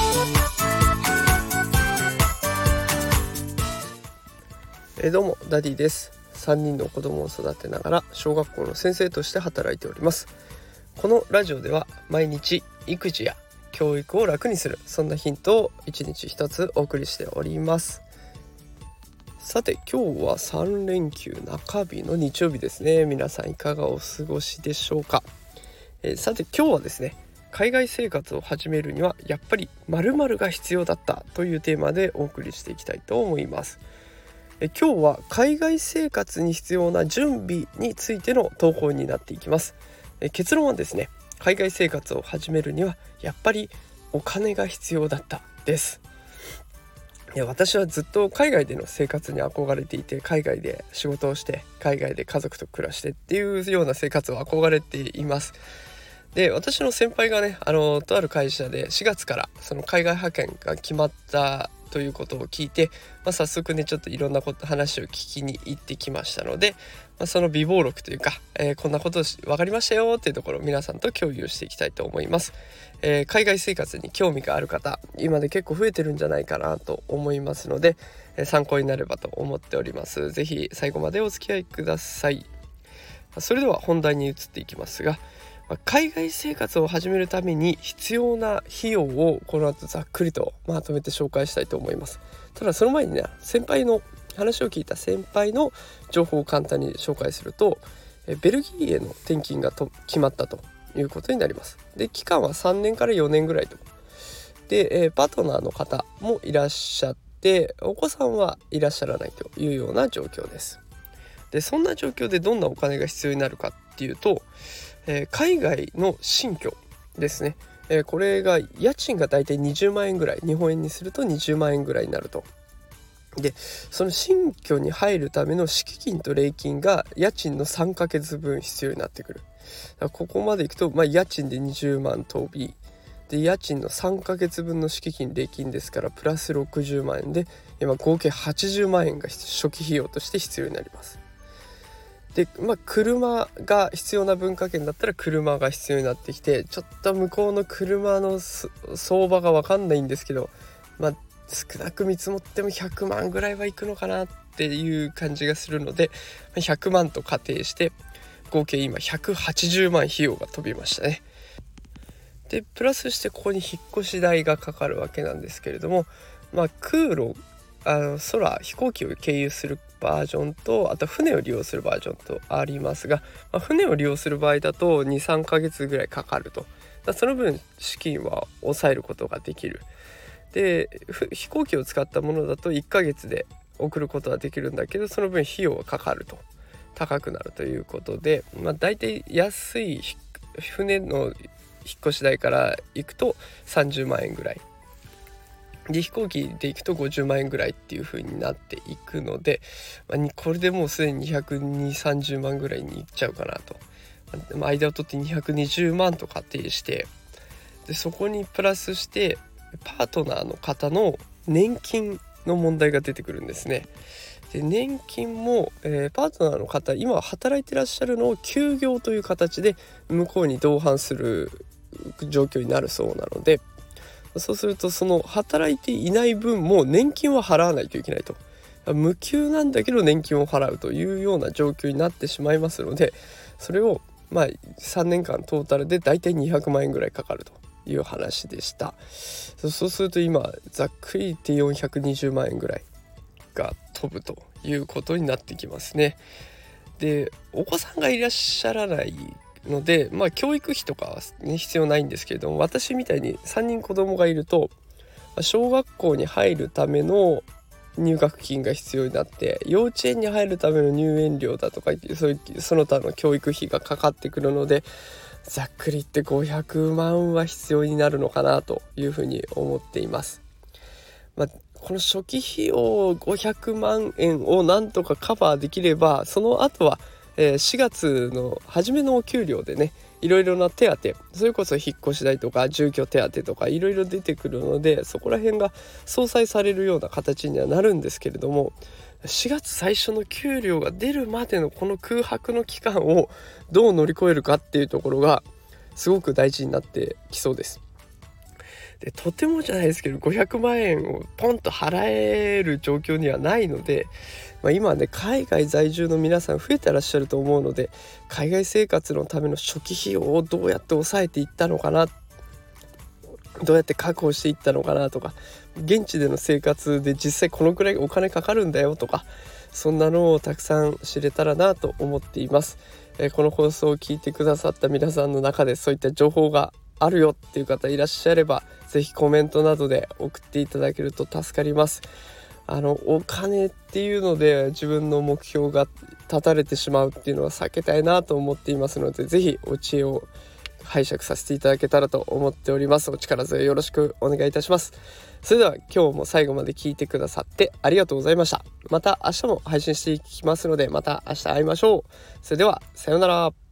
どうもダディです。3人の子供を育てながら小学校の先生として働いております。このラジオでは毎日育児や教育を楽にする、そんなヒントを1日1つお送りしております。さて今日は3連休中日の日曜日ですね。皆さんいかがお過ごしでしょうか。さて今日はですね、海外生活を始めるにはやっぱり〇〇が必要だったというテーマでお送りしていきたいと思います。今日は海外生活に必要な準備についての投稿になっていきます。結論はですね、海外生活を始めるにはやっぱりお金が必要だったです。私はずっと海外での生活に憧れていて、海外で仕事をして海外で家族と暮らしてっていうような生活を憧れています。で、私の先輩がね、とある会社で4月からその海外派遣が決まったということを聞いて、早速ねちょっといろんな話を聞きに行ってきましたので、その備忘録というか、こんなこと分かりましたよっていうところを皆さんと共有していきたいと思います。海外生活に興味がある方、今で結構増えてるんじゃないかなと思いますので、参考になればと思っております。ぜひ最後までお付き合いください。それでは本題に移っていきますが、海外生活を始めるために必要な費用をこの後ざっくりとまとめて紹介したいと思います。ただその前にね、話を聞いた先輩の情報を簡単に紹介すると、ベルギーへの転勤が決まったということになります。で、期間は3年から4年ぐらいと。で、パートナーの方もいらっしゃって、お子さんはいらっしゃらないというような状況です。で、そんな状況でどんなお金が必要になるかっていうと、海外の新居ですね。これが家賃がだいたい20万円ぐらい、日本円にすると20万円ぐらいになると。で、その新居に入るための敷金と礼金が家賃の3ヶ月分必要になってくる。ここまでいくと、家賃で20万飛びで、家賃の3ヶ月分の敷金礼金ですからプラス60万円で、今合計80万円が初期費用として必要になります。で、車が必要な文化圏だったら車が必要になってきて、ちょっと向こうの車の相場が分かんないんですけど、少なく見積もっても100万ぐらいはいくのかなっていう感じがするので、100万と仮定して合計今180万費用が飛びましたね。でプラスしてここに引っ越し代がかかるわけなんですけれども、空路飛行機を経由するバージョンと、あと船を利用するバージョンとありますが、船を利用する場合だと 2,3 ヶ月ぐらいかかると。その分資金は抑えることができる。で、飛行機を使ったものだと1ヶ月で送ることはできるんだけど、その分費用がかかると、高くなるということで、だいたい安い船の引っ越し代から行くと30万円ぐらいで、飛行機で行くと50万円ぐらいっていう風になっていくので、これでもうすでに220、30万ぐらいにいっちゃうかなと。間を取って220万と仮定して、でそこにプラスしてパートナーの方の年金の問題が出てくるんですね。で、年金も、パートナーの方、今働いてらっしゃるのを休業という形で向こうに同伴する状況になるそうなので、そうするとその働いていない分も年金は払わないといけないと。無給なんだけど年金を払うというような状況になってしまいますので、それを3年間トータルでだいたい200万円ぐらいかかるという話でした。そうすると今ざっくり言って420万円ぐらいが飛ぶということになってきますね。で、お子さんがいらっしゃらないので、教育費とかは、必要ないんですけれども、私みたいに3人子供がいると小学校に入るための入学金が必要になって、幼稚園に入るための入園料だとかその他の教育費がかかってくるので、ざっくり言って500万は必要になるのかなというふうに思っています。この初期費用500万円をなんとかカバーできれば、その後は4月の初めのお給料でね、いろいろな手当、それこそ引っ越し代とか住居手当とかいろいろ出てくるので、そこら辺が相殺されるような形にはなるんですけれども、4月最初の給料が出るまでのこの空白の期間をどう乗り越えるかっていうところがすごく大事になってきそうです。 でとてもじゃないですけど500万円をポンと払える状況にはないので、今ね海外在住の皆さん増えてらっしゃると思うので、海外生活のための初期費用をどうやって抑えていったのかな、どうやって確保していったのかなとか、現地での生活で実際このくらいお金かかるんだよとか、そんなのをたくさん知れたらなと思っています。この放送を聞いてくださった皆さんの中でそういった情報があるよっていう方いらっしゃれば、ぜひコメントなどで送っていただけると助かります。お金っていうので自分の目標が立たれてしまうっていうのは避けたいなと思っていますので、ぜひお知恵を拝借させていただけたらと思っております。お力添えよろしくお願いいたします。それでは今日も最後まで聞いてくださってありがとうございました。また明日も配信していきますので、また明日会いましょう。それではさようなら。